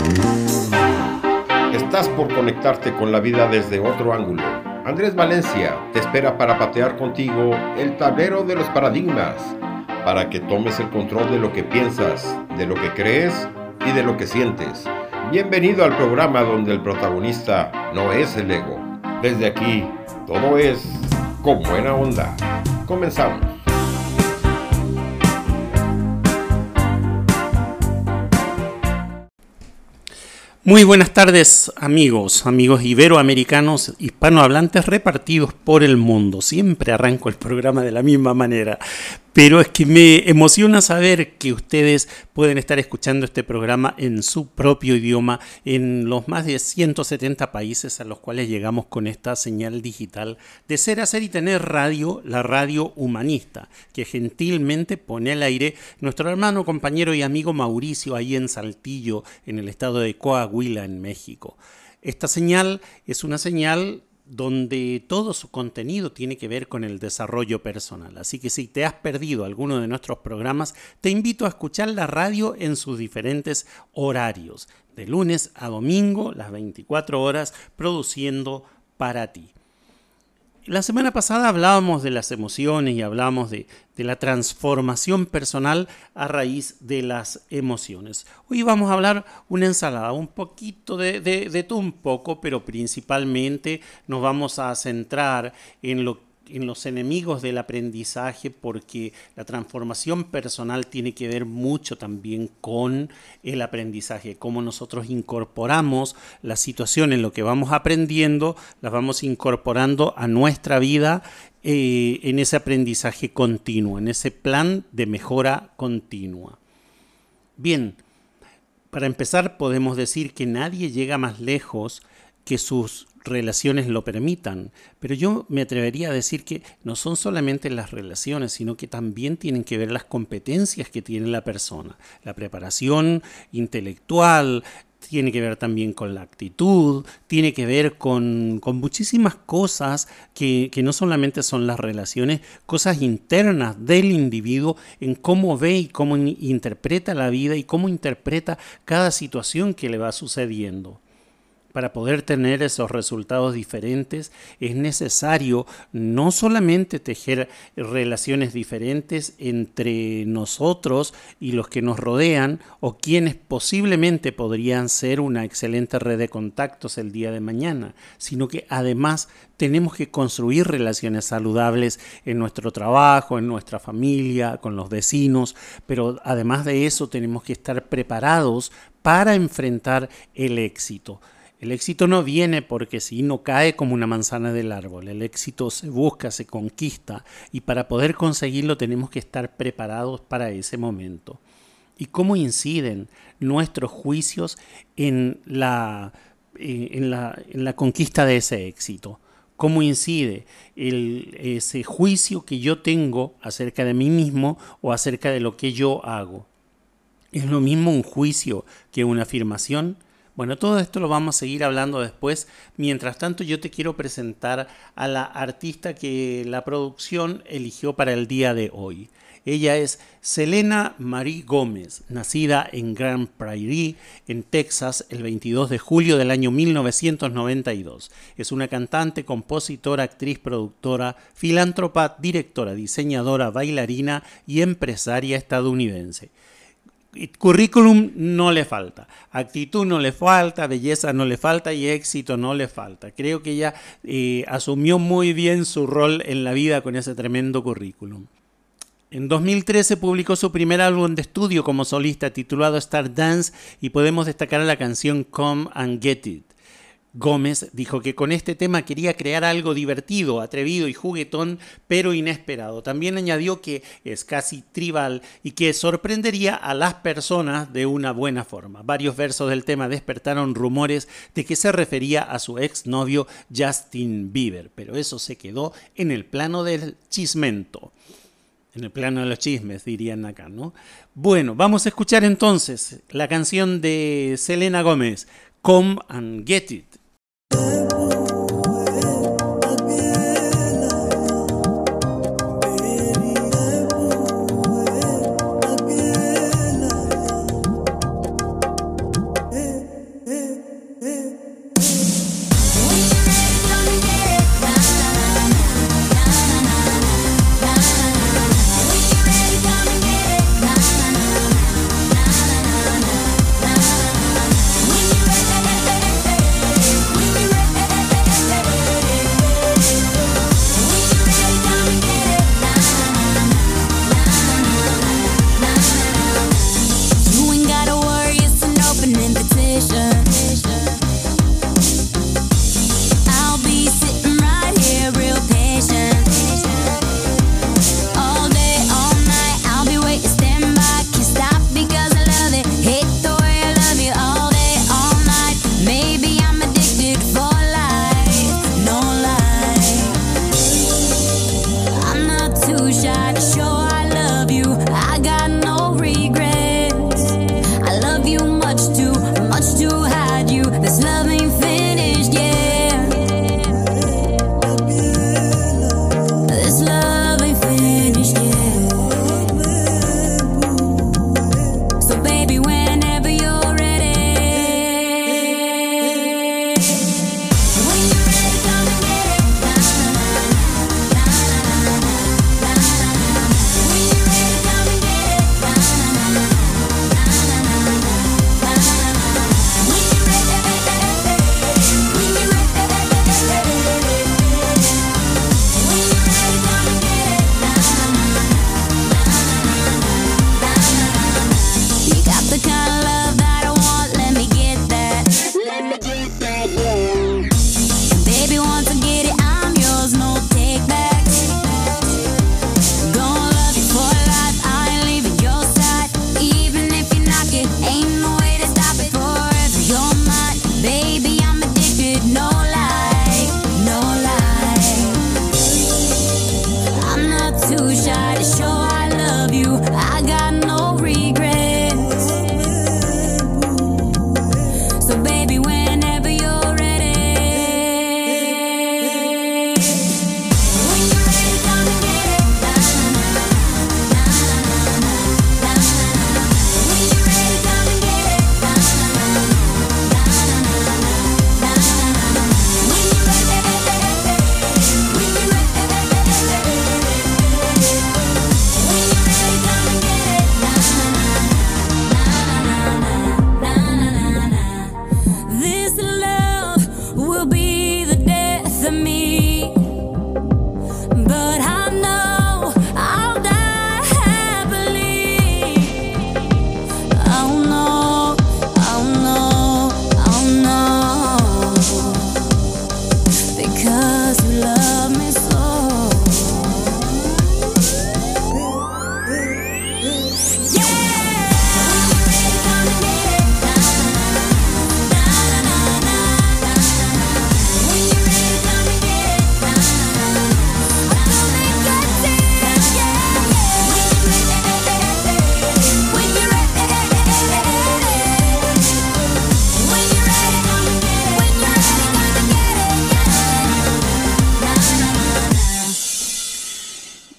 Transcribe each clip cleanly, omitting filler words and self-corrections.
Estás por conectarte con la vida desde otro ángulo. Andrés Valencia te espera para patear contigo el tablero de los paradigmas, para que tomes el control de lo que piensas, de lo que crees y de lo que sientes. Bienvenido al programa donde el protagonista no es el ego. Desde aquí, todo es con buena onda. Comenzamos. Muy buenas tardes, amigos iberoamericanos hispanohablantes repartidos por el mundo. Siempre arranco el programa de la misma manera, pero es que me emociona saber que ustedes pueden estar escuchando este programa en su propio idioma en los más de 170 países a los cuales llegamos con esta señal digital de Ser, Hacer y Tener Radio, la radio humanista, que gentilmente pone al aire nuestro hermano, compañero y amigo Mauricio ahí en Saltillo, en el estado de Coahuila, en México. Esta señal es una señal donde todo su contenido tiene que ver con el desarrollo personal. Así que si te has perdido alguno de nuestros programas, te invito a escuchar la radio en sus diferentes horarios, de lunes a domingo, las 24 horas, produciendo para ti. La semana pasada hablábamos de las emociones y hablábamos de la transformación personal a raíz de las emociones. Hoy vamos a hablar una ensalada, un poquito de todo un poco, pero principalmente nos vamos a centrar en los enemigos del aprendizaje, porque la transformación personal tiene que ver mucho también con el aprendizaje, cómo nosotros incorporamos la situación en lo que vamos aprendiendo, las vamos incorporando a nuestra vida en ese aprendizaje continuo, en ese plan de mejora continua. Bien, para empezar podemos decir que nadie llega más lejos que sus relaciones lo permitan, pero yo me atrevería a decir que no son solamente las relaciones, sino que también tienen que ver las competencias que tiene la persona, la preparación intelectual, tiene que ver también con la actitud, tiene que ver con muchísimas cosas que no solamente son las relaciones, cosas internas del individuo en cómo ve y cómo interpreta la vida y cómo interpreta cada situación que le va sucediendo. Para poder tener esos resultados diferentes es necesario no solamente tejer relaciones diferentes entre nosotros y los que nos rodean o quienes posiblemente podrían ser una excelente red de contactos el día de mañana, sino que además tenemos que construir relaciones saludables en nuestro trabajo, en nuestra familia, con los vecinos, pero además de eso tenemos que estar preparados para enfrentar el éxito. El éxito no viene porque si no cae como una manzana del árbol. El éxito se busca, se conquista y para poder conseguirlo tenemos que estar preparados para ese momento. ¿Y cómo inciden nuestros juicios en la conquista de ese éxito? ¿Cómo incide ese juicio que yo tengo acerca de mí mismo o acerca de lo que yo hago? ¿Es lo mismo un juicio que una afirmación? Bueno, todo esto lo vamos a seguir hablando después. Mientras tanto, yo te quiero presentar a la artista que la producción eligió para el día de hoy. Ella es Selena Marie Gómez, nacida en Grand Prairie, en Texas, el 22 de julio del año 1992. Es una cantante, compositora, actriz, productora, filántropa, directora, diseñadora, bailarina y empresaria estadounidense. Currículum no le falta, actitud no le falta, belleza no le falta y éxito no le falta. Creo que ella asumió muy bien su rol en la vida con ese tremendo currículum. En 2013 publicó su primer álbum de estudio como solista titulado Stardance y podemos destacar la canción Come and Get It. Gómez dijo que con este tema quería crear algo divertido, atrevido y juguetón, pero inesperado. También añadió que es casi tribal y que sorprendería a las personas de una buena forma. Varios versos del tema despertaron rumores de que se refería a su exnovio Justin Bieber, pero eso se quedó en el plano del chismento. En el plano de los chismes, dirían acá, ¿no? Bueno, vamos a escuchar entonces la canción de Selena Gómez, Come and Get It.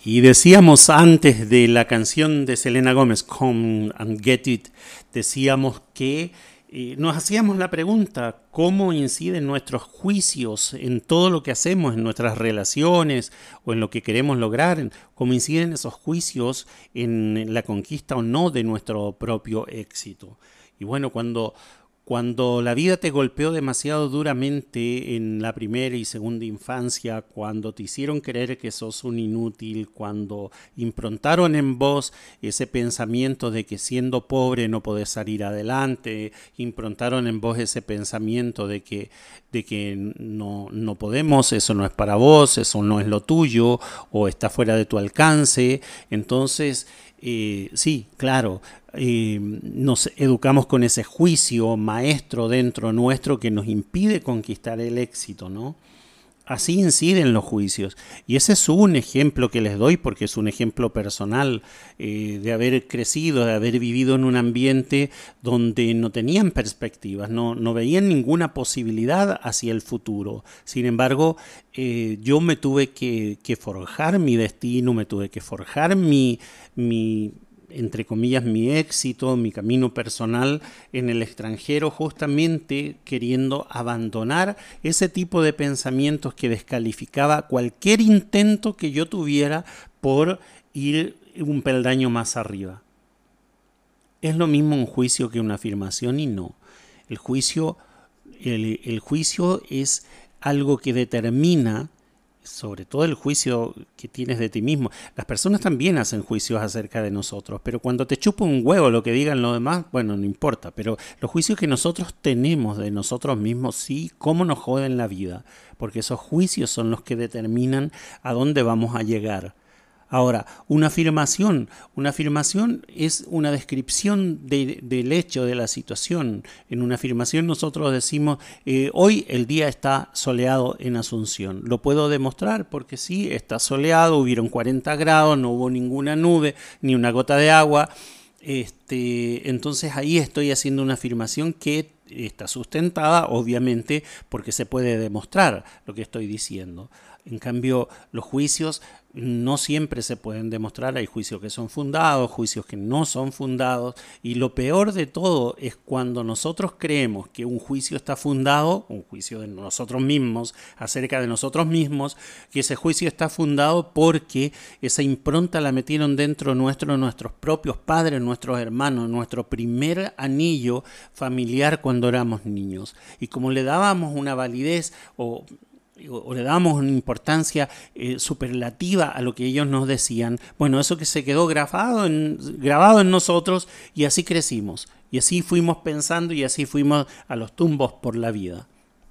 Y decíamos antes de la canción de Selena Gómez, Come and Get It, decíamos que nos hacíamos la pregunta, ¿cómo inciden nuestros juicios en todo lo que hacemos, en nuestras relaciones o en lo que queremos lograr? ¿Cómo inciden esos juicios en la conquista o no de nuestro propio éxito? Y bueno, cuando la vida te golpeó demasiado duramente en la primera y segunda infancia, cuando te hicieron creer que sos un inútil, cuando improntaron en vos ese pensamiento de que siendo pobre no podés salir adelante, improntaron en vos ese pensamiento de que no podemos, eso no es para vos, eso no es lo tuyo, o está fuera de tu alcance, entonces sí, claro, nos educamos con ese juicio maestro dentro nuestro que nos impide conquistar el éxito, ¿no? Así inciden los juicios. Y ese es un ejemplo que les doy porque es un ejemplo personal de haber crecido, de haber vivido en un ambiente donde no tenían perspectivas, no veían ninguna posibilidad hacia el futuro. Sin embargo, yo me tuve que forjar mi destino, me tuve que forjar mi entre comillas, mi éxito, mi camino personal en el extranjero, justamente queriendo abandonar ese tipo de pensamientos que descalificaba cualquier intento que yo tuviera por ir un peldaño más arriba. Es lo mismo un juicio que una afirmación y no. El juicio es algo que determina, sobre todo el juicio que tienes de ti mismo. Las personas también hacen juicios acerca de nosotros, pero cuando te chupa un huevo lo que digan los demás, bueno, no importa, pero los juicios que nosotros tenemos de nosotros mismos, sí, cómo nos joden la vida, porque esos juicios son los que determinan a dónde vamos a llegar. Ahora, una afirmación es una descripción del hecho, de la situación. En una afirmación nosotros decimos, hoy el día está soleado en Asunción. Lo puedo demostrar porque sí, está soleado, hubieron 40 grados, no hubo ninguna nube, ni una gota de agua. Entonces ahí estoy haciendo una afirmación que está sustentada, obviamente, porque se puede demostrar lo que estoy diciendo. En cambio, los juicios no siempre se pueden demostrar. Hay juicios que son fundados, juicios que no son fundados. Y lo peor de todo es cuando nosotros creemos que un juicio está fundado, un juicio de nosotros mismos, acerca de nosotros mismos, que ese juicio está fundado porque esa impronta la metieron dentro nuestro, nuestros propios padres, nuestros hermanos, nuestro primer anillo familiar cuando éramos niños. Y como le dábamos una validez o le damos una importancia superlativa a lo que ellos nos decían, bueno, eso que se quedó grabado en nosotros y así crecimos, y así fuimos pensando y así fuimos a los tumbos por la vida.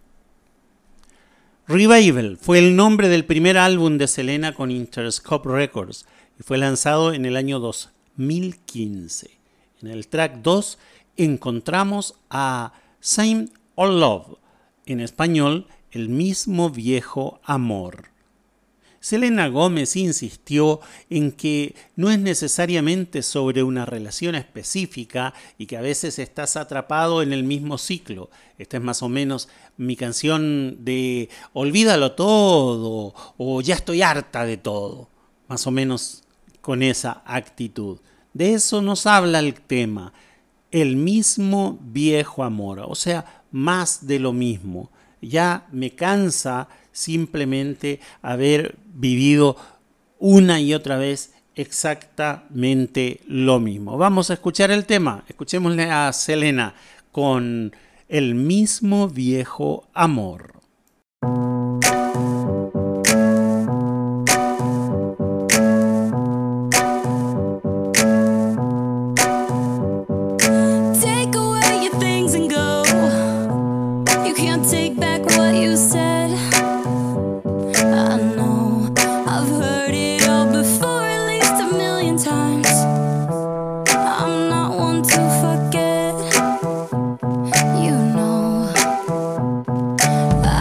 Revival fue el nombre del primer álbum de Selena con Interscope Records y fue lanzado en el año 2015. En el track 2 encontramos a Same Old Love, en español, El mismo viejo amor. Selena Gómez insistió en que no es necesariamente sobre una relación específica y que a veces estás atrapado en el mismo ciclo. Esta es más o menos mi canción de Olvídalo todo o Ya estoy harta de todo. Más o menos con esa actitud. De eso nos habla el tema. El mismo viejo amor, o sea, más de lo mismo. Ya me cansa simplemente haber vivido una y otra vez exactamente lo mismo. Vamos a escuchar el tema. Escuchémosle a Selena con El mismo viejo amor. I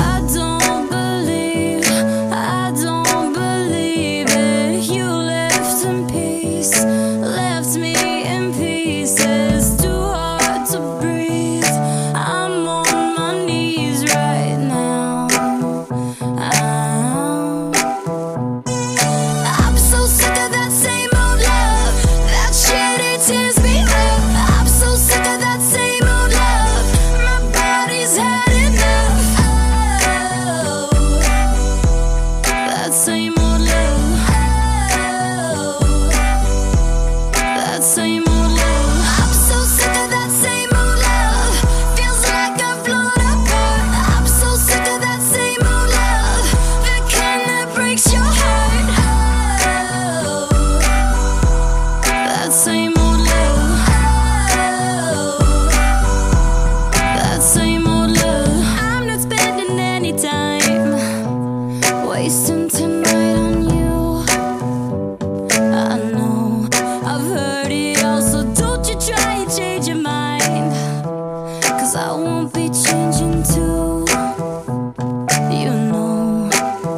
I won't be changing too. You know,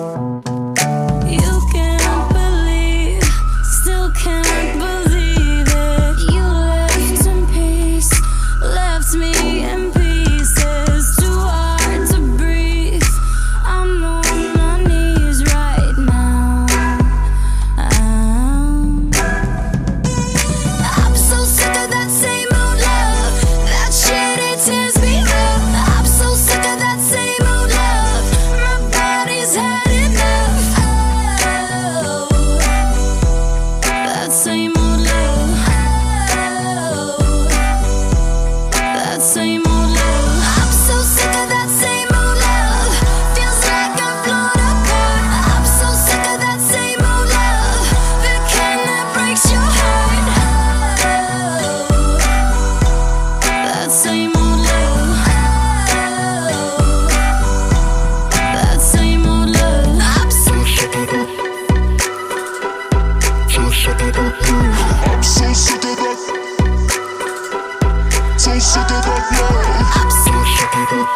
you can't believe, still can't believe it. You left in peace, left me in pieces. Too hard to breathe. I'm on my knees right now. I'm so sick of that same old love. That shit, it tears me up. I'm so sick of that same old love. My body's had enough. Oh, that same old love. Oh, that same old love. I'm so sick of that same old love. Feels like I'm blown apart. I'm so sick of that same old love. The kind that breaks your heart. That same old love. That same old love. I'm so sick of it. I'm so sick of that. So sick of that. So sick of that love. I'm so sick of it.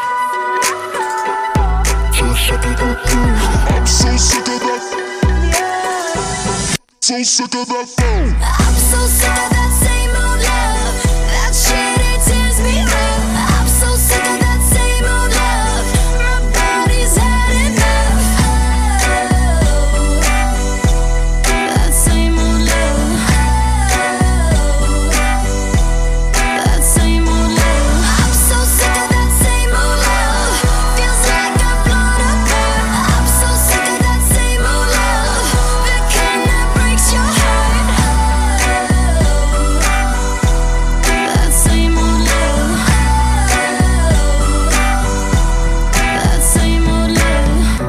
So sick of that. I'm so sick of that. So sick of that phone. I'm so sick of that same old love. That shit, it tears me up. I'm so sick of that same old love. My body's had enough. That same old love. That same old love. I'm so sick of that same old love. Feels like I'm blown apart. I'm so sick of that same old love. The kind that breaks your heart. That same old love. That same old love.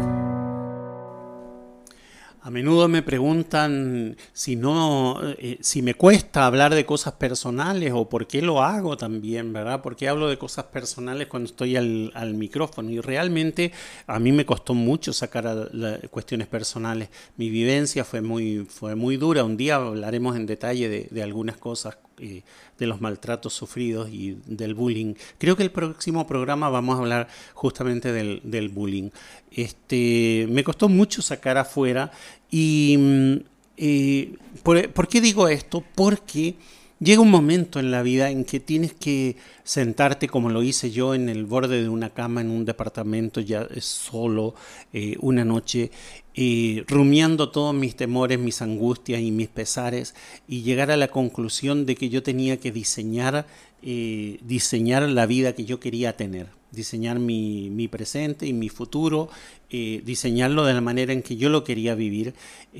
A menudo me preguntan si me cuesta hablar de cosas personales o por qué lo hago también, ¿verdad? ¿Por qué hablo de cosas personales cuando estoy al micrófono? Y realmente a mí me costó mucho sacar cuestiones personales. Mi vivencia fue muy dura. Un día hablaremos en detalle de algunas cosas, de los maltratos sufridos y del bullying. Creo que el próximo programa vamos a hablar justamente del bullying. Me costó mucho sacar afuera y ¿por qué digo esto? Porque llega un momento en la vida en que tienes que sentarte, como lo hice yo, en el borde de una cama en un departamento ya solo, una noche, rumiando todos mis temores, mis angustias y mis pesares, y llegar a la conclusión de que yo tenía que diseñar la vida que yo quería tener, diseñar mi presente y mi futuro, diseñarlo de la manera en que yo lo quería vivir,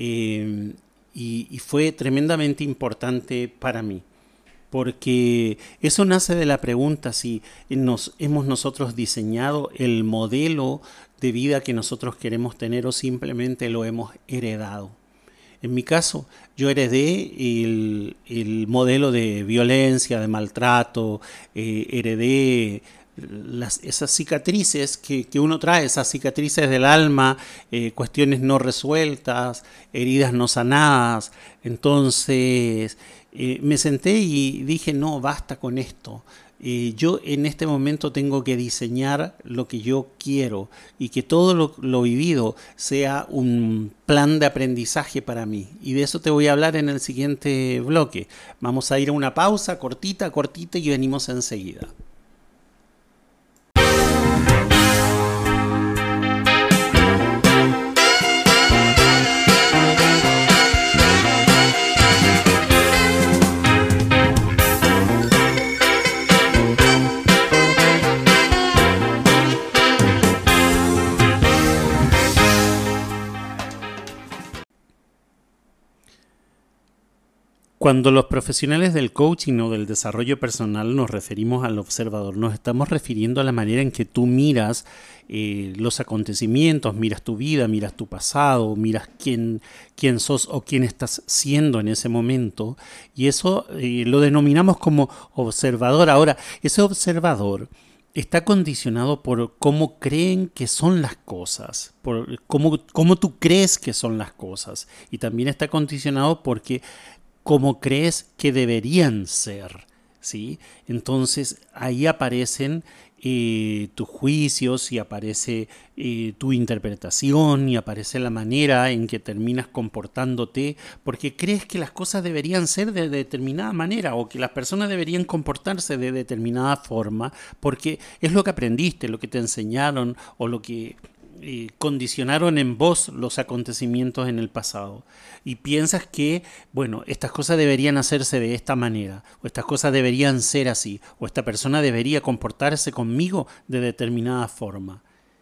y fue tremendamente importante para mí, porque eso nace de la pregunta si hemos nosotros diseñado el modelo de vida que nosotros queremos tener o simplemente lo hemos heredado. En mi caso, yo heredé el modelo de violencia, de maltrato, heredé esas cicatrices que uno trae, esas cicatrices del alma, cuestiones no resueltas, heridas no sanadas. Entonces me senté y dije, no, basta con esto. Yo en este momento tengo que diseñar lo que yo quiero y que todo lo vivido sea un plan de aprendizaje para mí. Y de eso te voy a hablar en el siguiente bloque. Vamos a ir a una pausa cortita y venimos enseguida. Cuando los profesionales del coaching o del desarrollo personal nos referimos al observador, nos estamos refiriendo a la manera en que tú miras los acontecimientos, miras tu vida, miras tu pasado, miras quién sos o quién estás siendo en ese momento, y eso lo denominamos como observador. Ahora, ese observador está condicionado por cómo creen que son las cosas, por cómo tú crees que son las cosas, y también está condicionado porque cómo crees que deberían ser. ¿sí? Entonces ahí aparecen tus juicios y aparece tu interpretación y aparece la manera en que terminas comportándote porque crees que las cosas deberían ser de determinada manera o que las personas deberían comportarse de determinada forma porque es lo que aprendiste, lo que te enseñaron o lo que condicionaron en vos los acontecimientos en el pasado y piensas que, bueno, estas cosas deberían hacerse de esta manera o estas cosas deberían ser así o esta persona debería comportarse conmigo de determinada forma.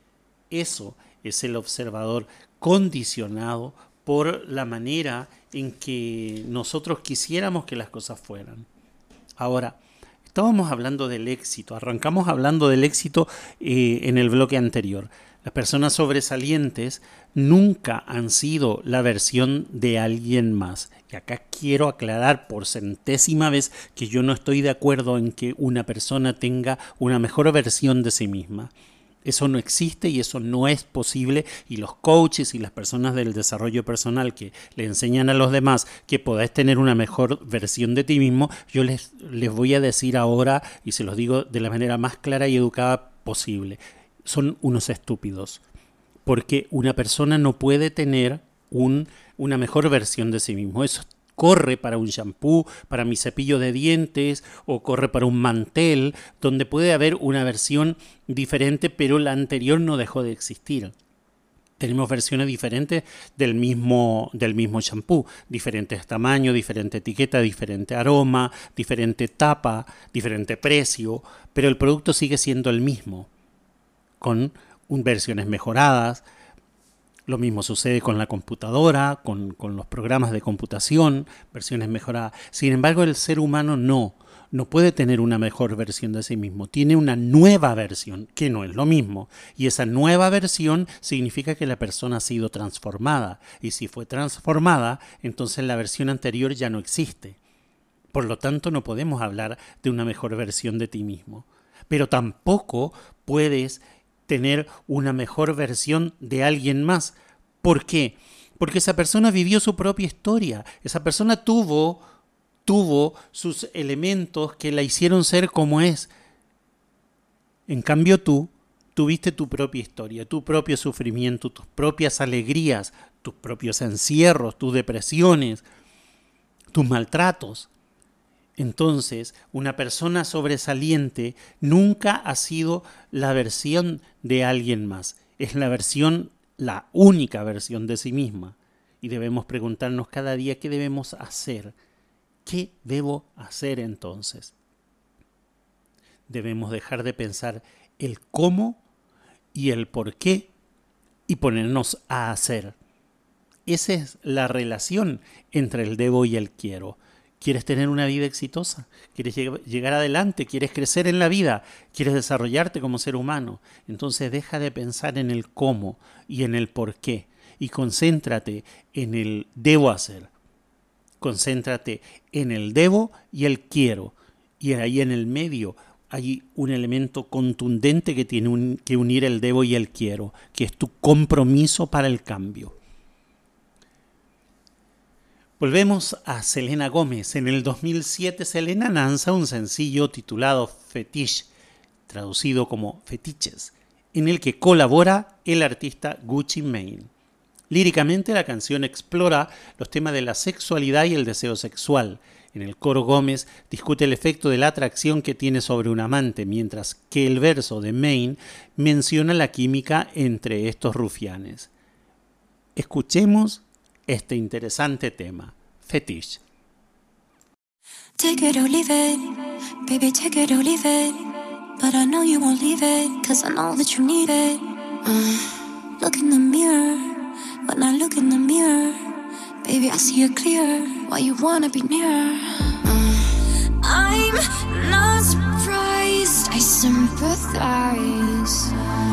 Eso es el observador condicionado por la manera en que nosotros quisiéramos que las cosas fueran. Ahora, estábamos hablando del éxito, arrancamos hablando del éxito en el bloque anterior. Las personas sobresalientes nunca han sido la versión de alguien más. Y acá quiero aclarar por centésima vez que yo no estoy de acuerdo en que una persona tenga una mejor versión de sí misma. Eso no existe y eso no es posible y los coaches y las personas del desarrollo personal que le enseñan a los demás que podés tener una mejor versión de ti mismo, yo les voy a decir ahora y se los digo de la manera más clara y educada posible. Son unos estúpidos, porque una persona no puede tener una mejor versión de sí mismo. Eso corre para un shampoo, para mi cepillo de dientes o corre para un mantel, donde puede haber una versión diferente, pero la anterior no dejó de existir. Tenemos versiones diferentes del mismo shampoo, diferentes tamaños, diferente etiqueta, diferente aroma, diferente tapa, diferente precio, pero el producto sigue siendo el mismo, con versiones mejoradas. Lo mismo sucede con la computadora, con los programas de computación, versiones mejoradas. Sin embargo, el ser humano no puede tener una mejor versión de sí mismo. Tiene una nueva versión, que no es lo mismo. Y esa nueva versión significa que la persona ha sido transformada. Y si fue transformada, entonces la versión anterior ya no existe. Por lo tanto, no podemos hablar de una mejor versión de ti mismo. Pero tampoco puedes tener una mejor versión de alguien más. ¿Por qué? Porque esa persona vivió su propia historia. Esa persona tuvo sus elementos que la hicieron ser como es. En cambio tú tuviste tu propia historia, tu propio sufrimiento, tus propias alegrías, tus propios encierros, tus depresiones, tus maltratos. Entonces, una persona sobresaliente nunca ha sido la versión de alguien más. Es la única versión de sí misma. Y debemos preguntarnos cada día qué debemos hacer. ¿Qué debo hacer entonces? Debemos dejar de pensar el cómo y el por qué y ponernos a hacer. Esa es la relación entre el debo y el quiero. ¿Quieres tener una vida exitosa? ¿Quieres llegar adelante? ¿Quieres crecer en la vida? ¿Quieres desarrollarte como ser humano? Entonces deja de pensar en el cómo y en el por qué y concéntrate en el debo hacer. Concéntrate en el debo y el quiero. Y ahí en el medio hay un elemento contundente que tiene que unir el debo y el quiero, que es tu compromiso para el cambio. Volvemos a Selena Gómez. En el 2007 Selena lanza un sencillo titulado Fetish, traducido como Fetiches, en el que colabora el artista Gucci Mane. Líricamente la canción explora los temas de la sexualidad y el deseo sexual. En el coro Gómez discute el efecto de la atracción que tiene sobre un amante, mientras que el verso de Mane menciona la química entre estos rufianes. Escuchemos este interesante tema, Fetish. Take it or leave it, baby, take it or leave it. But I know you won't leave it, cause I know that you need it. Look in the mirror, when I look in the mirror, baby, I see it clear, why you wanna be near. I'm not surprised, I sympathize.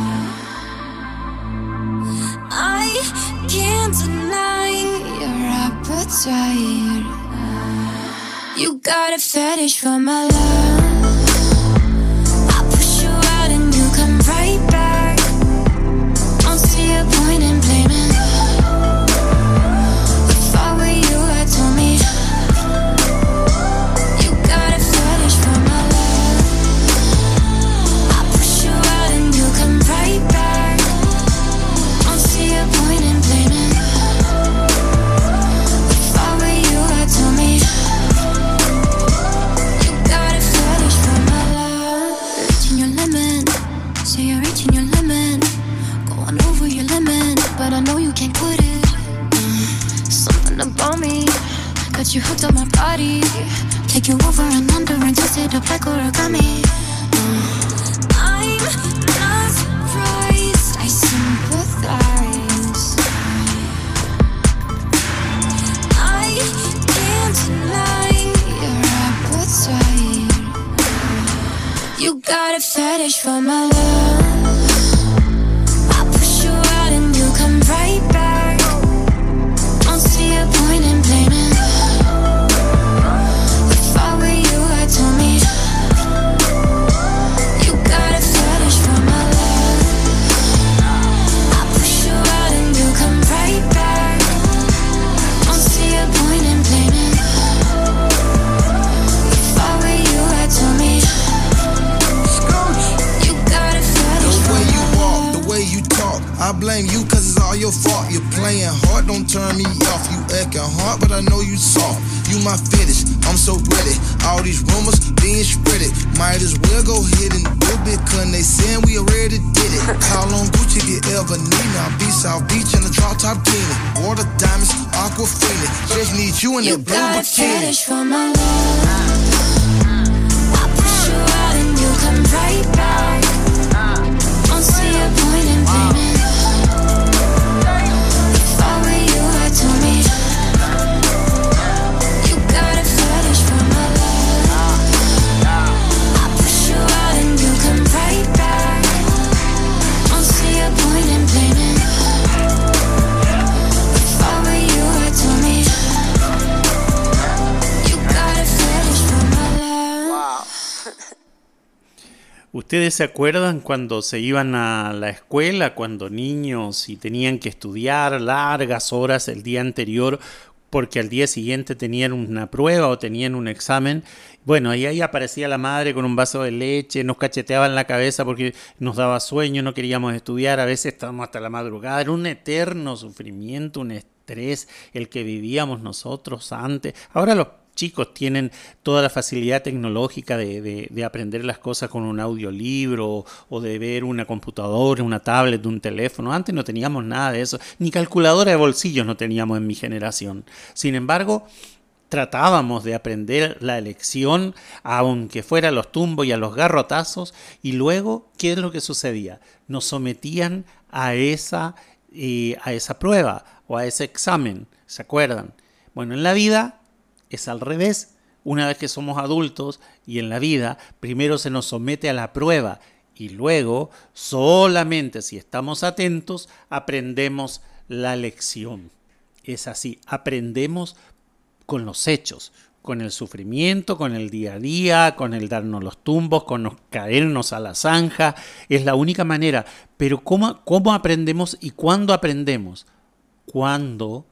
I can't deny your appetite. You got a fetish for my love. I push you out and you come right back. Don't see a point in blaming. If I were you, I'd tell me. You got a fetish for can't quit it. Something about me got you hooked on my body. Take you over and under and twist it up like origami. I'm not surprised, I sympathize. I can't deny your appetite. You got a fetish for my love. I push you out and you come right back. Don't see a point in blaming. If I were you, I'd tell me. You got a fetish for my love. I push you out and you come right back. Don't see a point in blaming. If I were you, I'd tell me. You got a fetish The for way you my walk, love. the way you talk, I blame you cause it's all your fault. You're playing hard, don't turn me off. You acting hard, but I know you soft. You my fetish, I'm so ready. All these rumors being spreaded. Might as well go ahead and do it, cause they saying we already did it. Call on Gucci if you ever need me. I'll be South Beach in the drop top bikini. Water diamonds, aquafina. Just need you in You that blue got a bikini. fetish for my love. I push you out and you come right back. Don't see a point in blaming. If I were you, I'd tell me. You got a fetish for my love. I push you out and you come right back. Don't see a point in blaming. If I were you, I'd tell me. You got a fetish for my love. ¿Ustedes se acuerdan cuando se iban a la escuela, cuando niños y tenían que estudiar largas horas el día anterior porque al día siguiente tenían una prueba o tenían un examen? Bueno, ahí aparecía la madre con un vaso de leche, nos cacheteaban la cabeza porque nos daba sueño, no queríamos estudiar, a veces estábamos hasta la madrugada, era un eterno sufrimiento, un estrés el que vivíamos nosotros antes. Ahora los chicos tienen toda la facilidad tecnológica de aprender las cosas con un audiolibro o de ver una computadora, una tablet, un teléfono. Antes no teníamos nada de eso, ni calculadora de bolsillos no teníamos en mi generación. Sin embargo, tratábamos de aprender la lección, aunque fuera a los tumbos y a los garrotazos, y luego, ¿qué es lo que sucedía? Nos sometían a esa prueba o a ese examen, ¿se acuerdan? Bueno, en la vida es al revés. Una vez que somos adultos y en la vida, primero se nos somete a la prueba y luego, solamente si estamos atentos, aprendemos la lección. Es así, aprendemos con los hechos, con el sufrimiento, con el día a día, con el darnos los tumbos, con caernos a la zanja. Es la única manera. Pero ¿cómo aprendemos y cuándo aprendemos? Cuando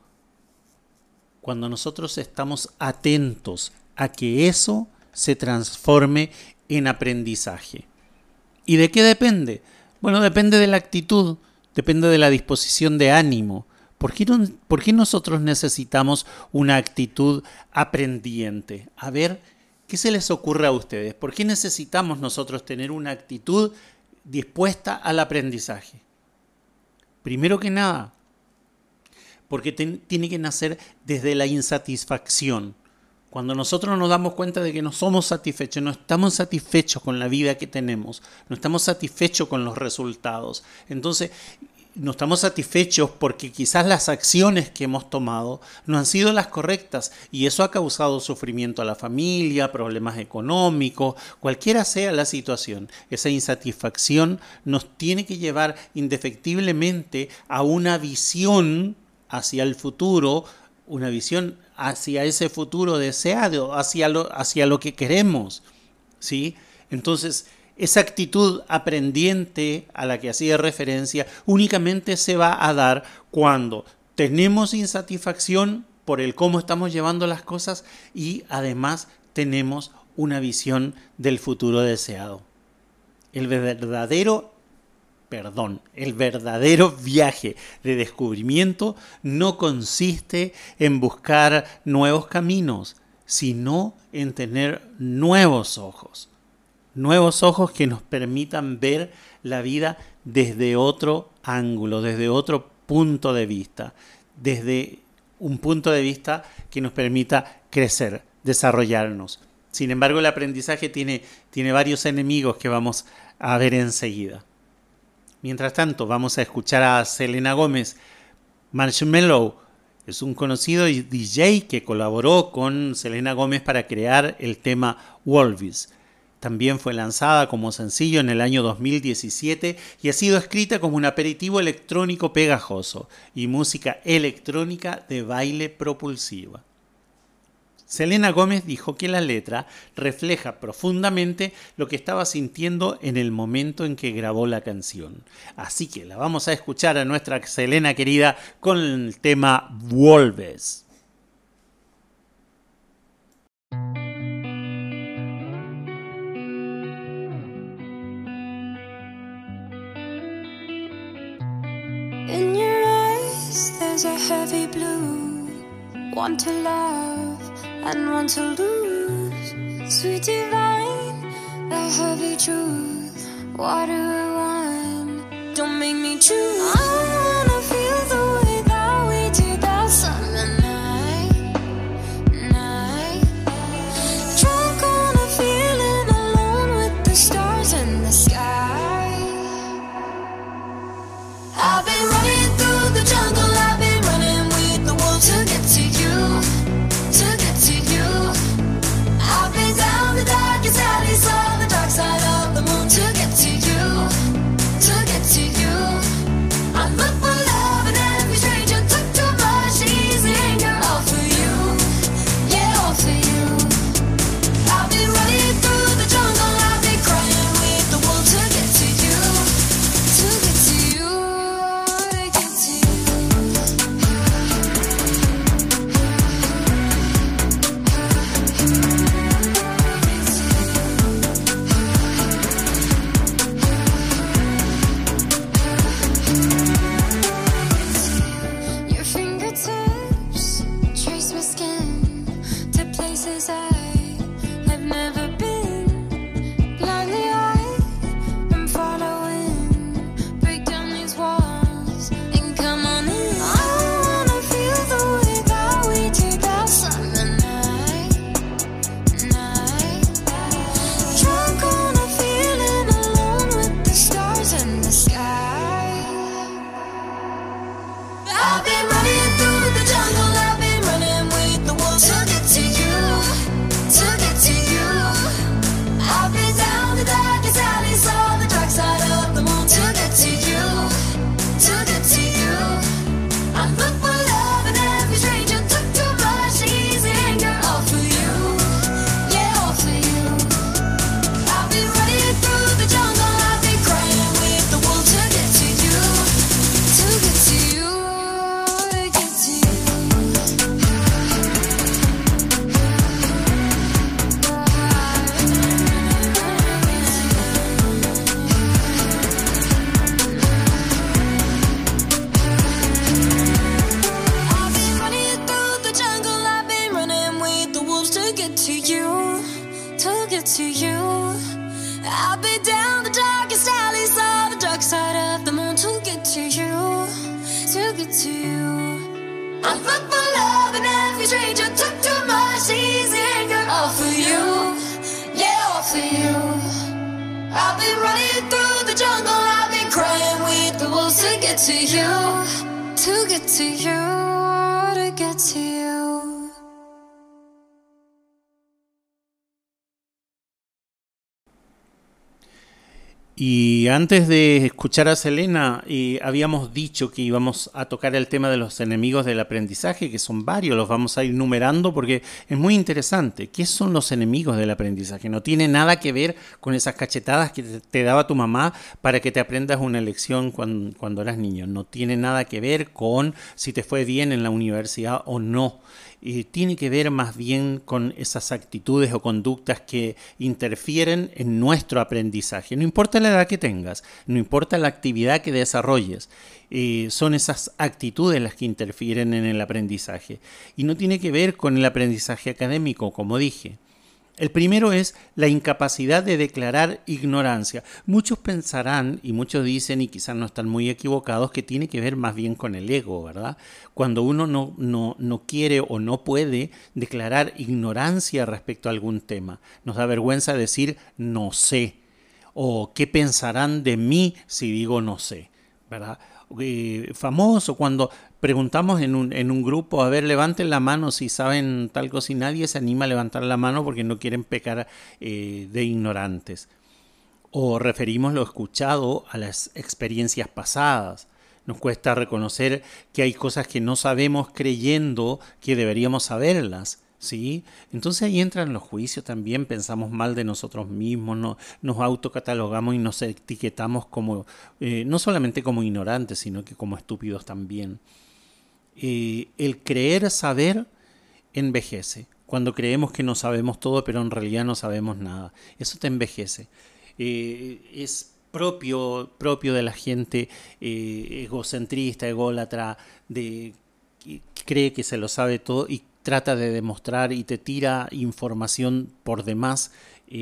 nosotros estamos atentos a que eso se transforme en aprendizaje. ¿Y de qué depende? Bueno, depende de la actitud, depende de la disposición de ánimo. ¿Por qué nosotros necesitamos una actitud aprendiente? A ver, ¿qué se les ocurre a ustedes? ¿Por qué necesitamos nosotros tener una actitud dispuesta al aprendizaje? Primero que nada, porque tiene que nacer desde la insatisfacción. Cuando nosotros nos damos cuenta de que no somos satisfechos, no estamos satisfechos con la vida que tenemos, no estamos satisfechos con los resultados, entonces no estamos satisfechos porque quizás las acciones que hemos tomado no han sido las correctas y eso ha causado sufrimiento a la familia, problemas económicos, cualquiera sea la situación. Esa insatisfacción nos tiene que llevar indefectiblemente a una visión hacia el futuro, una visión hacia ese futuro deseado, hacia lo que queremos, ¿sí? Entonces, esa actitud aprendiente a la que hacía referencia únicamente se va a dar cuando tenemos insatisfacción por el cómo estamos llevando las cosas y además tenemos una visión del futuro deseado. El verdadero viaje de descubrimiento no consiste en buscar nuevos caminos, sino en tener nuevos ojos que nos permitan ver la vida desde otro ángulo, desde otro punto de vista, desde un punto de vista que nos permita crecer, desarrollarnos. Sin embargo, el aprendizaje tiene varios enemigos que vamos a ver enseguida. Mientras tanto, vamos a escuchar a Selena Gómez. Marshmello es un conocido DJ que colaboró con Selena Gómez para crear el tema Wolvis. También fue lanzada como sencillo en el año 2017 y ha sido escrita como un aperitivo electrónico pegajoso y música electrónica de baile propulsiva. Selena Gómez dijo que la letra refleja profundamente lo que estaba sintiendo en el momento en que grabó la canción. Así que la vamos a escuchar a nuestra Selena querida con el tema Wolves. In your eyes, there's a heavy blue. One to love and one to lose. Sweet divine, the heavy truth. Water or wine, don't make me choose. I wanna feel the way that we did that summer night. Drunk on a feeling, alone with the stars in the sky. I've been running through the jungle, I've been running with the wolves to get to you, to get to you. I've been down the darkest alley, saw the dark side of the moon to get to you, to get to you. I look for love in every stranger, took too much easy anger, all for you, yeah, all for you. I've been running through the jungle, I've been crying with the wolves to get to you, to get to you. Your fingertips trace my skin to places I have never been. Blindly I am following. Break down these walls and come on in. I wanna feel the way that we did that summer night. Drunk on a feeling, alone with the stars in the sky. I've been running through the jungle, I've been running with the wolves to get to you, to get to you. I've been down the darkest alley, saw the dark side of the moon to get to you, to get to you. I look for love in every stranger, took too much easy anger, all for you, yeah, all for you. I've been running through the jungle, I've been crying with the wolves to get to you, to get to you, to get to you. I've been running through the jungle, I've been running with the wolves to get to you, to get to you. I've been down the darkest alley, saw the dark side of the moon to get to you, to get to you. I look for love in every stranger, took too much easy anger, all for you, yeah, all for you. I've been running through the jungle, I've been crying with the wolves to get to you, to get to you, to get to you. Y antes de escuchar a Selena, habíamos dicho que íbamos a tocar el tema de los enemigos del aprendizaje, que son varios, los vamos a ir numerando porque es muy interesante. ¿Qué son los enemigos del aprendizaje? No tiene nada que ver con esas cachetadas que te daba tu mamá para que te aprendas una lección cuando eras niño. No tiene nada que ver con si te fue bien en la universidad o no. Tiene que ver más bien con esas actitudes o conductas que interfieren en nuestro aprendizaje. No importa la edad que tengas, no importa la actividad que desarrolles, son esas actitudes las que interfieren en el aprendizaje. Y no tiene que ver con el aprendizaje académico, como dije. El primero es la incapacidad de declarar ignorancia. Muchos pensarán, y muchos dicen, y quizás no están muy equivocados, que tiene que ver más bien con el ego, ¿verdad? Cuando uno no quiere o no puede declarar ignorancia respecto a algún tema. Nos da vergüenza decir no sé, o qué pensarán de mí si digo no sé, ¿verdad? Famoso cuando preguntamos en un grupo, a ver, levanten la mano si saben tal cosa, y nadie se anima a levantar la mano porque no quieren pecar de ignorantes. O referimos lo escuchado a las experiencias pasadas. Nos cuesta reconocer que hay cosas que no sabemos creyendo que deberíamos saberlas, ¿sí? Entonces ahí entran los juicios también, pensamos mal de nosotros mismos, nos autocatalogamos y nos etiquetamos como, no solamente como ignorantes, sino que como estúpidos también. El creer saber envejece. Cuando creemos que no sabemos todo, pero en realidad no sabemos nada. Eso te envejece. Es propio de la gente egocentrista, ególatra, que cree que se lo sabe todo y trata de demostrar y te tira información por demás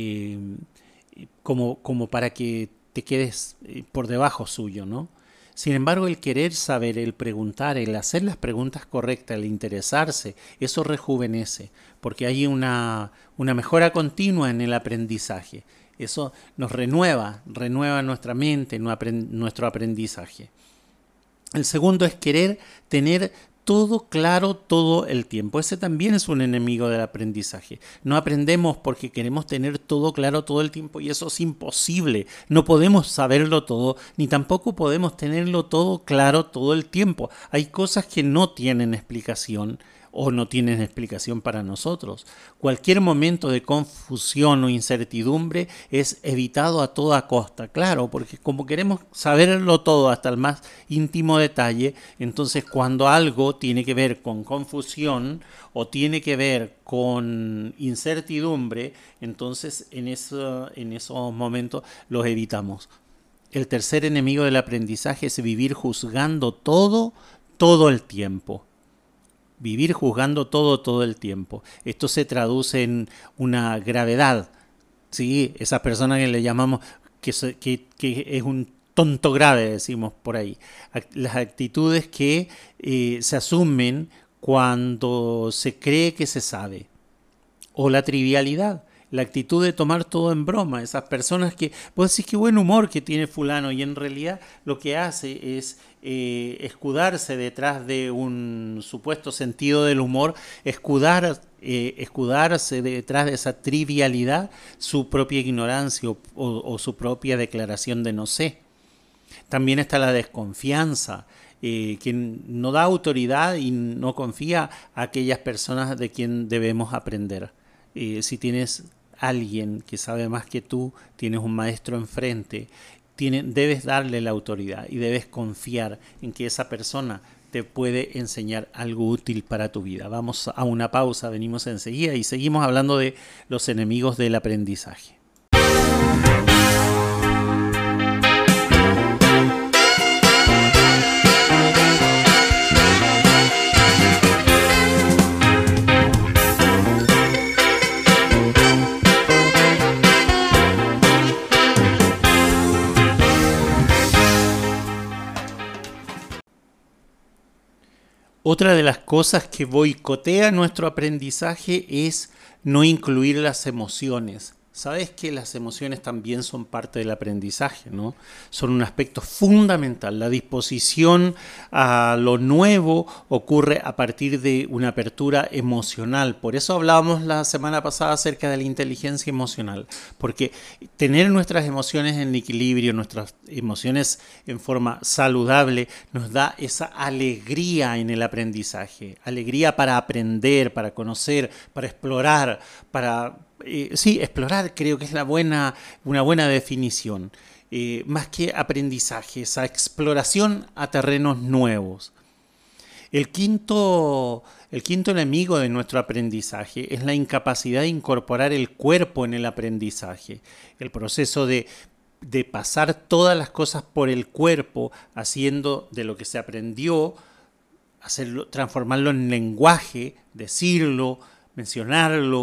como para que te quedes por debajo suyo, ¿no? Sin embargo, el querer saber, el preguntar, el hacer las preguntas correctas, el interesarse, eso rejuvenece, porque hay una mejora continua en el aprendizaje. Eso nos renueva nuestra mente, nuestro aprendizaje. El segundo es querer tener todo claro todo el tiempo. Ese también es un enemigo del aprendizaje. No aprendemos porque queremos tener todo claro todo el tiempo y eso es imposible. No podemos saberlo todo, ni tampoco podemos tenerlo todo claro todo el tiempo. Hay cosas que no tienen explicación o no tienen explicación para nosotros. Cualquier momento de confusión o incertidumbre es evitado a toda costa, claro, porque como queremos saberlo todo hasta el más íntimo detalle, entonces cuando algo tiene que ver con confusión o tiene que ver con incertidumbre, entonces en esos momentos los evitamos. El tercer enemigo del aprendizaje es vivir juzgando todo el tiempo. Vivir juzgando todo el tiempo. Esto se traduce en una gravedad, ¿sí? Esas personas que le llamamos que es un tonto grave, decimos por ahí. Las actitudes que se asumen cuando se cree que se sabe. O la trivialidad. La actitud de tomar todo en broma. Esas personas que vos decís qué buen humor que tiene fulano y en realidad lo que hace es escudarse detrás de un supuesto sentido del humor, escudarse detrás de esa trivialidad su propia ignorancia o su propia declaración de no sé. También está la desconfianza, que no da autoridad y no confía a aquellas personas de quien debemos aprender. Si tienes alguien que sabe más que tú, tienes un maestro enfrente, debes darle la autoridad y debes confiar en que esa persona te puede enseñar algo útil para tu vida. Vamos a una pausa, venimos enseguida y seguimos hablando de los enemigos del aprendizaje. Otra de las cosas que boicotea nuestro aprendizaje es no incluir las emociones. Sabes que las emociones también son parte del aprendizaje, ¿no? Son un aspecto fundamental. La disposición a lo nuevo ocurre a partir de una apertura emocional. Por eso hablábamos la semana pasada acerca de la inteligencia emocional. Porque tener nuestras emociones en equilibrio, nuestras emociones en forma saludable, nos da esa alegría en el aprendizaje. Alegría para aprender, para conocer, para explorar, explorar creo que es una buena definición. Más que aprendizaje, esa exploración a terrenos nuevos. El quinto enemigo de nuestro aprendizaje es la incapacidad de incorporar el cuerpo en el aprendizaje. El proceso de pasar todas las cosas por el cuerpo, haciendo de lo que se aprendió, transformarlo en lenguaje, decirlo, mencionarlo,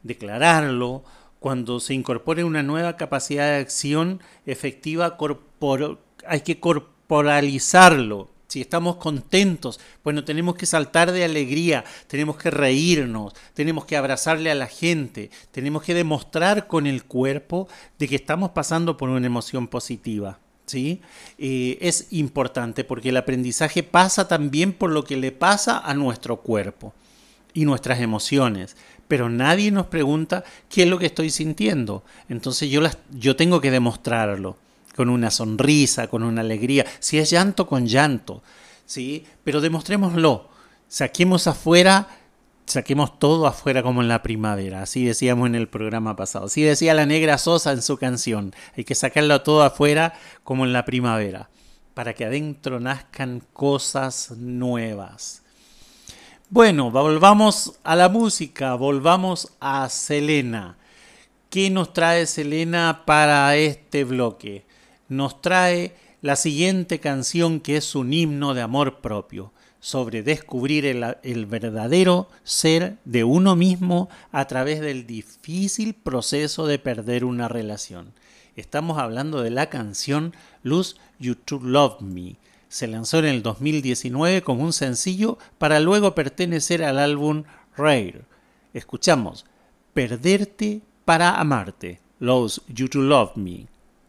declararlo, cuando se incorpore una nueva capacidad de acción efectiva, hay que corporalizarlo. Si estamos contentos, bueno, tenemos que saltar de alegría, tenemos que reírnos, tenemos que abrazarle a la gente, tenemos que demostrar con el cuerpo de que estamos pasando por una emoción positiva. ¿Sí? Es importante porque el aprendizaje pasa también por lo que le pasa a nuestro cuerpo y nuestras emociones, pero nadie nos pregunta qué es lo que estoy sintiendo. Entonces yo tengo que demostrarlo con una sonrisa, con una alegría, si es llanto, con llanto, ¿sí? Pero demostrémoslo, saquemos todo afuera como en la primavera, así decíamos en el programa pasado, así decía la Negra Sosa en su canción, hay que sacarlo todo afuera como en la primavera, para que adentro nazcan cosas nuevas. Bueno, volvamos a la música, volvamos a Selena. ¿Qué nos trae Selena para este bloque? Nos trae la siguiente canción, que es un himno de amor propio, sobre descubrir el verdadero ser de uno mismo a través del difícil proceso de perder una relación. Estamos hablando de la canción Lose You to Love Me. Se lanzó en el 2019 como un sencillo para luego pertenecer al álbum Rare. Escuchamos Perderte para amarte, Lose You to Love Me.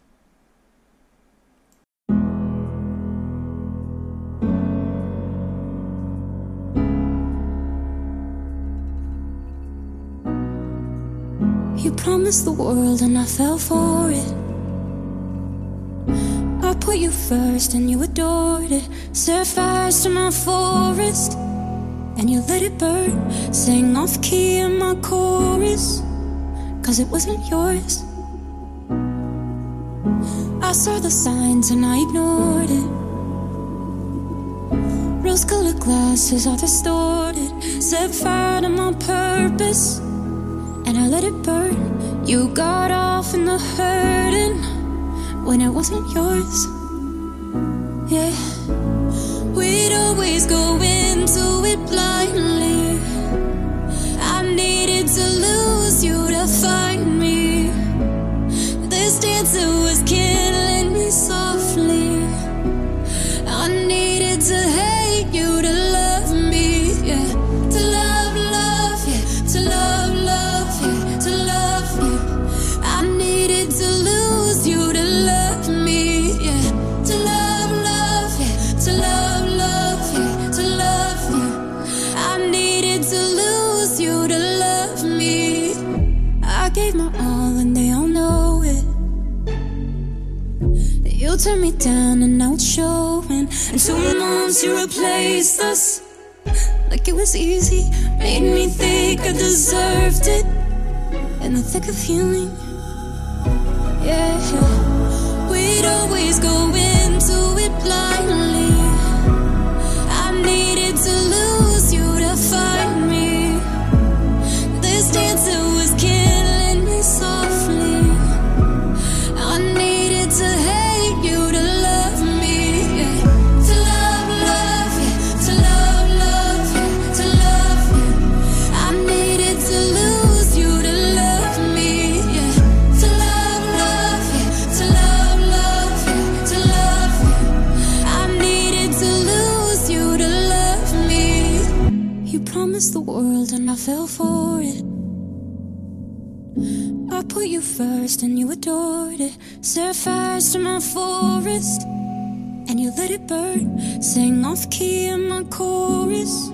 You promised the world and I fell for it. I put you first and you adored it. Set fires to my forest and you let it burn. Sang off key in my chorus, 'cause it wasn't yours. I saw the signs and I ignored it. Rose-colored glasses are distorted. Set fire to my purpose and I let it burn. You got off in the hurting when it wasn't yours. Yeah, we'd always go into it blindly. I needed to lose you to find me. This dancer was killing me softly. I needed to hate you to love me. Yeah, to love, yeah, to love, yeah, to love you. I needed to lose you to love me. Yeah, to love, yeah, to love, yeah, to love you. I needed to lose you to love me. I gave my all and they all know it. You turned me down and now it's showing. In 2 months you replaced us like it was easy. Made me think I deserved it in the thick of healing. Yeah, we'd always go into it blindly. I needed to lose you to find me. This dancer was killing me softly. I needed to hate you to love me. Yeah, to love, yeah, to love, yeah, to love you. I needed to lose you to love me. Yeah, to love, yeah, to love, yeah, to love you. I needed to lose you to love me. You promised the world and I fell for it. I put you first and you adored it. Set fires to my forest and you let it burn. Sang off key in my chorus.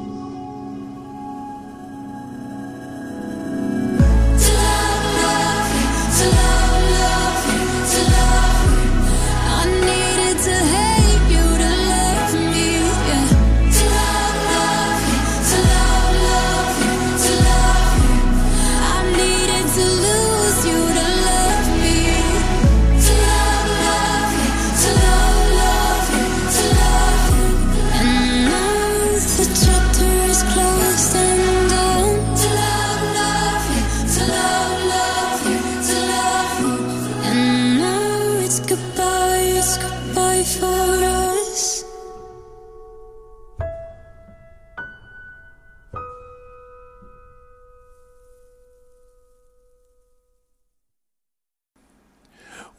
To love, to love, to love. I needed to hate you to love me. Yeah, to love, to love, to love. I needed to lose you to love me. To love, to love, to love. And now the chapter is closed and done. To love, to love, to love. And now it's goodbye for us.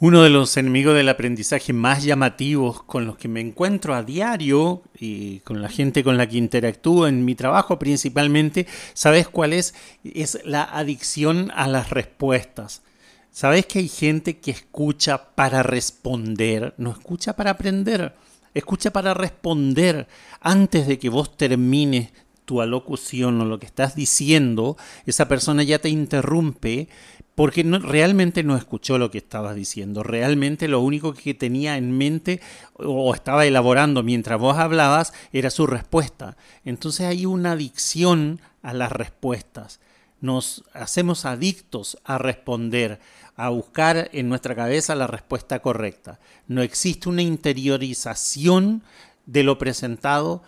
Uno de los enemigos del aprendizaje más llamativos con los que me encuentro a diario y con la gente con la que interactúo en mi trabajo principalmente, ¿sabes cuál es? Es la adicción a las respuestas. ¿Sabes que hay gente que escucha para responder? No escucha para aprender, escucha para responder. Antes de que vos termines tu alocución o lo que estás diciendo, esa persona ya te interrumpe porque realmente no escuchó lo que estabas diciendo. Realmente lo único que tenía en mente o estaba elaborando mientras vos hablabas era su respuesta. Entonces hay una adicción a las respuestas. Nos hacemos adictos a responder, a buscar en nuestra cabeza la respuesta correcta. No existe una interiorización de lo presentado.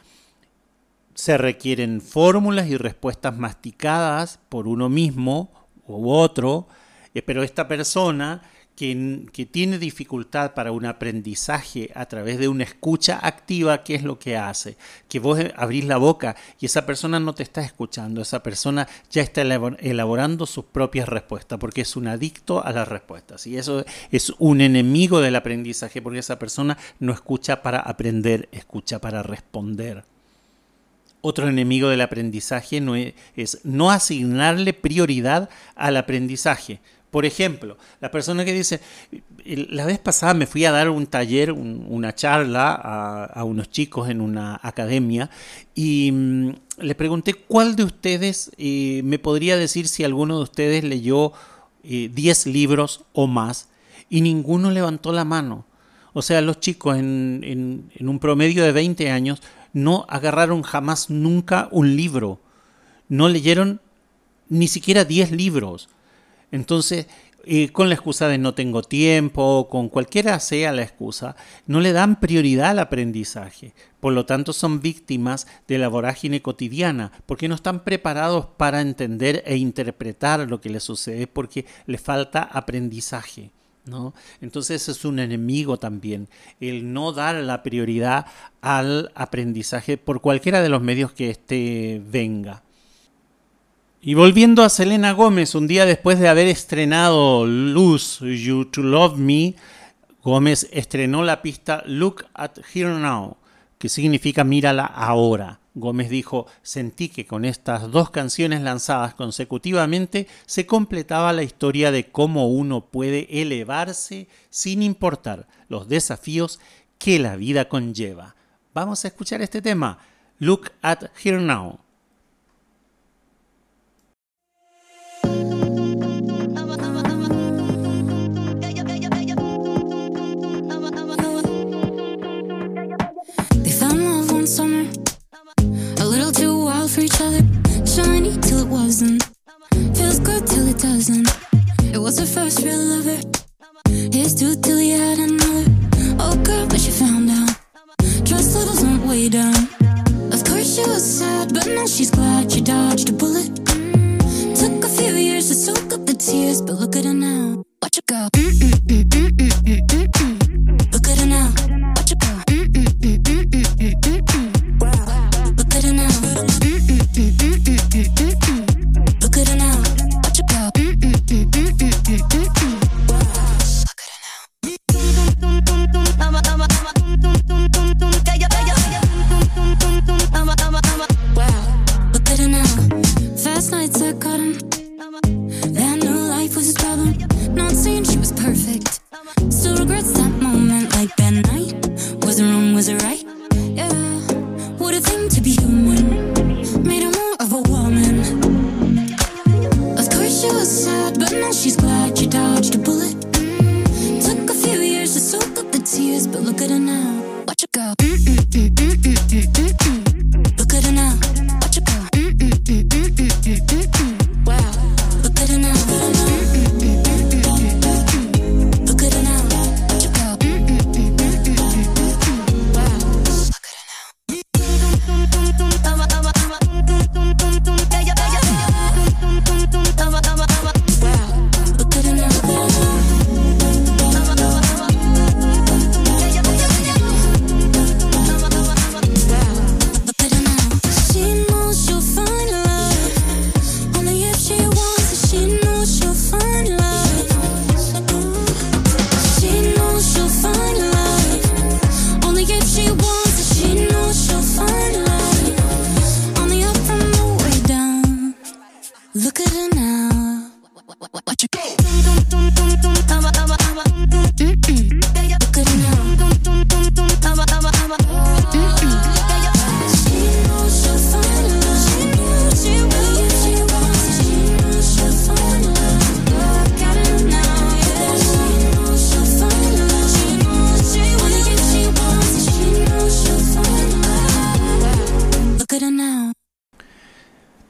Se requieren fórmulas y respuestas masticadas por uno mismo u otro, pero esta persona que tiene dificultad para un aprendizaje a través de una escucha activa, ¿qué es lo que hace? Que vos abrís la boca y esa persona no te está escuchando, esa persona ya está elaborando sus propias respuestas, porque es un adicto a las respuestas. Y eso es un enemigo del aprendizaje, porque esa persona no escucha para aprender, escucha para responder. Otro enemigo del aprendizaje es no asignarle prioridad al aprendizaje. Por ejemplo, la persona que dice, la vez pasada me fui a dar un taller, una charla a unos chicos en una academia y les pregunté cuál de ustedes me podría decir si alguno de ustedes leyó 10 libros o más, y ninguno levantó la mano. O sea, los chicos en un promedio de 20 años no agarraron jamás nunca un libro, no leyeron ni siquiera 10 libros. Entonces, con la excusa de no tengo tiempo, con cualquiera sea la excusa, no le dan prioridad al aprendizaje. Por lo tanto, son víctimas de la vorágine cotidiana, porque no están preparados para entender e interpretar lo que les sucede, porque les falta aprendizaje, ¿no? Entonces ese es un enemigo también, el no dar la prioridad al aprendizaje por cualquiera de los medios que éste venga. Y volviendo a Selena Gómez, un día después de haber estrenado Lose You to Love Me, Gómez estrenó la pista Look at Her Now, que significa mírala ahora. Gómez dijo, sentí que con estas 2 canciones lanzadas consecutivamente se completaba la historia de cómo uno puede elevarse sin importar los desafíos que la vida conlleva. Vamos a escuchar este tema, Look at Her Now. Summer, a little too wild for each other. Shiny till it wasn't. Feels good till it doesn't. It was her first real lover. His too till he had another. Oh girl, but she found out. Trust levels went way down. Of course she was sad, but now she's glad she dodged a bullet. Took a few years to soak up the tears, but look at her now. Watch her go. Look at her now. Watch her go. Look at her now. Look at her now. Watch her go. Look at her now. Fast nights I caught him. That new life was his problem. Not saying she was perfect. Still regrets that moment, like that night. Was it wrong, was it right? Yeah, what a thing to be human. Made her more of a woman. Of course she was sad, but now she's glad she dodged a bullet. Took a few years to soak up the tears, but look at her now. Watch her go. Look at her now. Watch her go. Wow. Look at her now. Look at her now. Watch her go. Wow. Look at her now. Look at her now.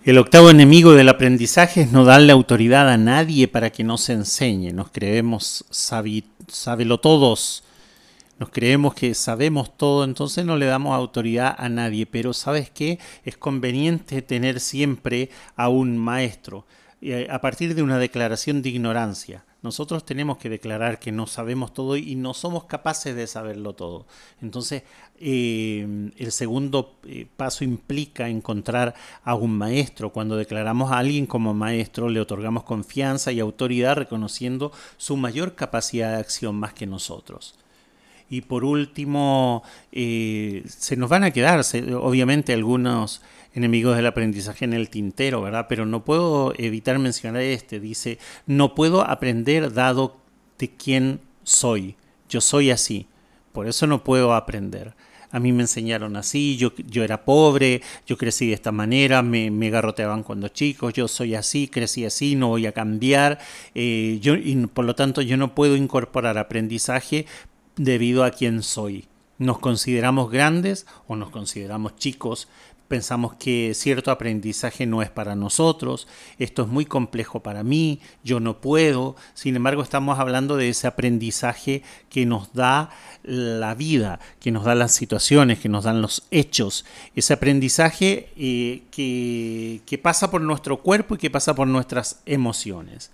El octavo enemigo del aprendizaje es no darle autoridad a nadie para que nos enseñe. Nos creemos sabelotodos, nos creemos que sabemos todo, entonces no le damos autoridad a nadie. Pero ¿sabes qué? Es conveniente tener siempre a un maestro a partir de una declaración de ignorancia. Nosotros tenemos que declarar que no sabemos todo y no somos capaces de saberlo todo. Entonces, el segundo paso implica encontrar a un maestro. Cuando declaramos a alguien como maestro, le otorgamos confianza y autoridad reconociendo su mayor capacidad de acción más que nosotros. Y por último, se nos van a quedar, obviamente, algunos enemigos del aprendizaje en el tintero, ¿verdad? Pero no puedo evitar mencionar dice, no puedo aprender dado de quién soy. Yo soy así, por eso no puedo aprender. A mí me enseñaron así, yo era pobre, yo crecí de esta manera, me garroteaban cuando chico, yo soy así, crecí así, no voy a cambiar. Y por lo tanto, yo no puedo incorporar aprendizaje debido a quién soy. Nos consideramos grandes o nos consideramos chicos, pensamos que cierto aprendizaje no es para nosotros, esto es muy complejo para mí, yo no puedo. Sin embargo, estamos hablando de ese aprendizaje que nos da la vida, que nos da las situaciones, que nos dan los hechos. Ese aprendizaje que pasa por nuestro cuerpo y que pasa por nuestras emociones.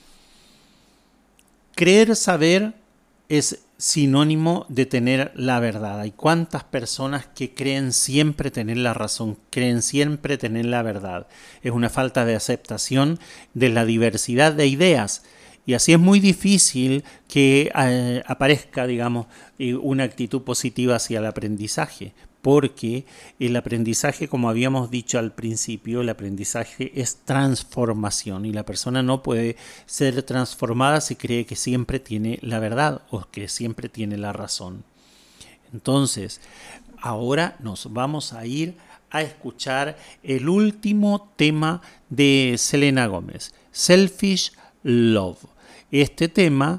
Creer saber es sinónimo de tener la verdad. Hay cuántas personas que creen siempre tener la razón, creen siempre tener la verdad. Es una falta de aceptación de la diversidad de ideas. Y así es muy difícil que aparezca, digamos, una actitud positiva hacia el aprendizaje. Porque el aprendizaje, como habíamos dicho al principio, el aprendizaje es transformación y la persona no puede ser transformada si cree que siempre tiene la verdad o que siempre tiene la razón. Entonces, ahora nos vamos a ir a escuchar el último tema de Selena Gómez, Selfish Love. Este tema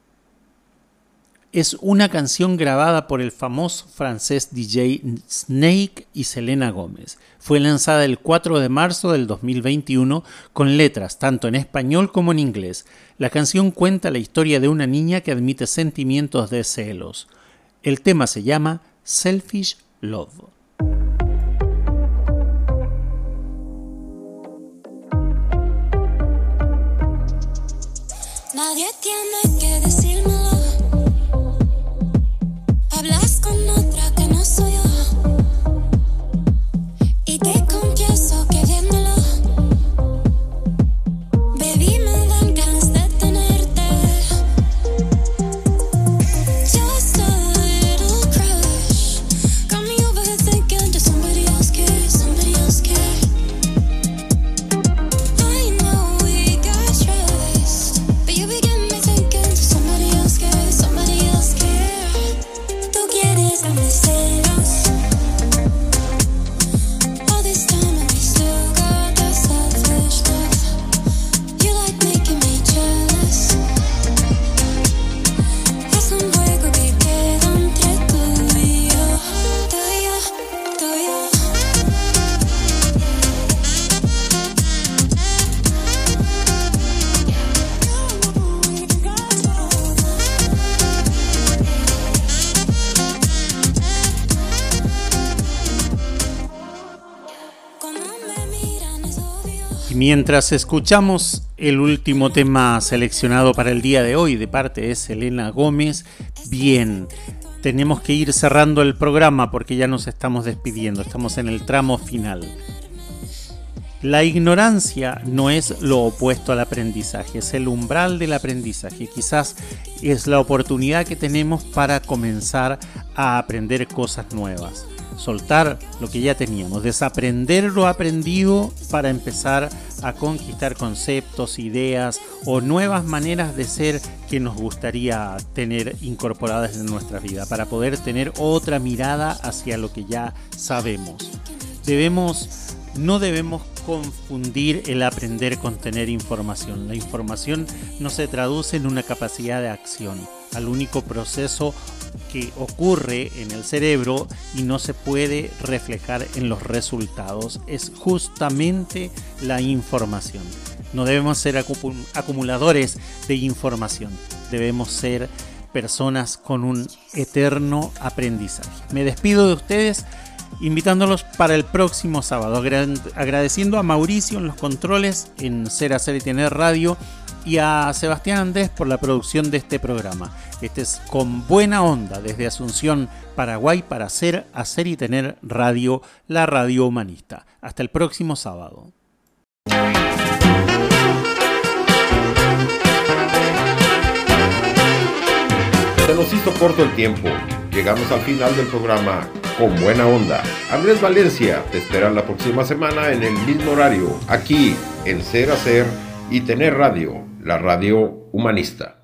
es una canción grabada por el famoso francés DJ Snake y Selena Gómez. Fue lanzada el 4 de marzo del 2021 con letras tanto en español como en inglés. La canción cuenta la historia de una niña que admite sentimientos de celos. El tema se llama Selfish Love. Nadie tiene que decírmelo. Hablas con otra que no soy yo. Y te confieso que viéndolo, baby, me dan ganas de tenerte. Just a little crush got me overthinking. Does somebody else care? Somebody else care? I know we got trust, but you begin me thinking. Does somebody else care? Somebody else care? Tú quieres darme celos. All this time and we still got that selfish love. You like making me jealous. Haz un juego que queda entre tú y yo. Tú y yo, tú y yo. Como me miran es obvio. Y mientras escuchamos el último tema seleccionado para el día de hoy de parte de Selena Gómez, bien, tenemos que ir cerrando el programa porque ya nos estamos despidiendo, estamos en el tramo final. La ignorancia no es lo opuesto al aprendizaje, es el umbral del aprendizaje. Quizás es la oportunidad que tenemos para comenzar a aprender cosas nuevas. Soltar lo que ya teníamos, desaprender lo aprendido para empezar a conquistar conceptos, ideas o nuevas maneras de ser que nos gustaría tener incorporadas en nuestra vida, para poder tener otra mirada hacia lo que ya sabemos. No debemos confundir el aprender con tener información. La información no se traduce en una capacidad de acción. Al único proceso que ocurre en el cerebro y no se puede reflejar en los resultados. Es justamente la información. No debemos ser acumuladores de información. Debemos ser personas con un eterno aprendizaje. Me despido de ustedes invitándolos para el próximo sábado, agradeciendo a Mauricio en los controles en Ser, Hacer y Tener Radio y a Sebastián Andrés por la producción de este programa. Este es Con Buena Onda desde Asunción, Paraguay, para Ser, Hacer y Tener Radio, la radio humanista. Hasta el próximo sábado. Se nos hizo corto el tiempo. Llegamos al final del programa Con Buena Onda. Andrés Valencia te espera la próxima semana en el mismo horario, aquí en Ser, Hacer y Tener Radio, la radio humanista.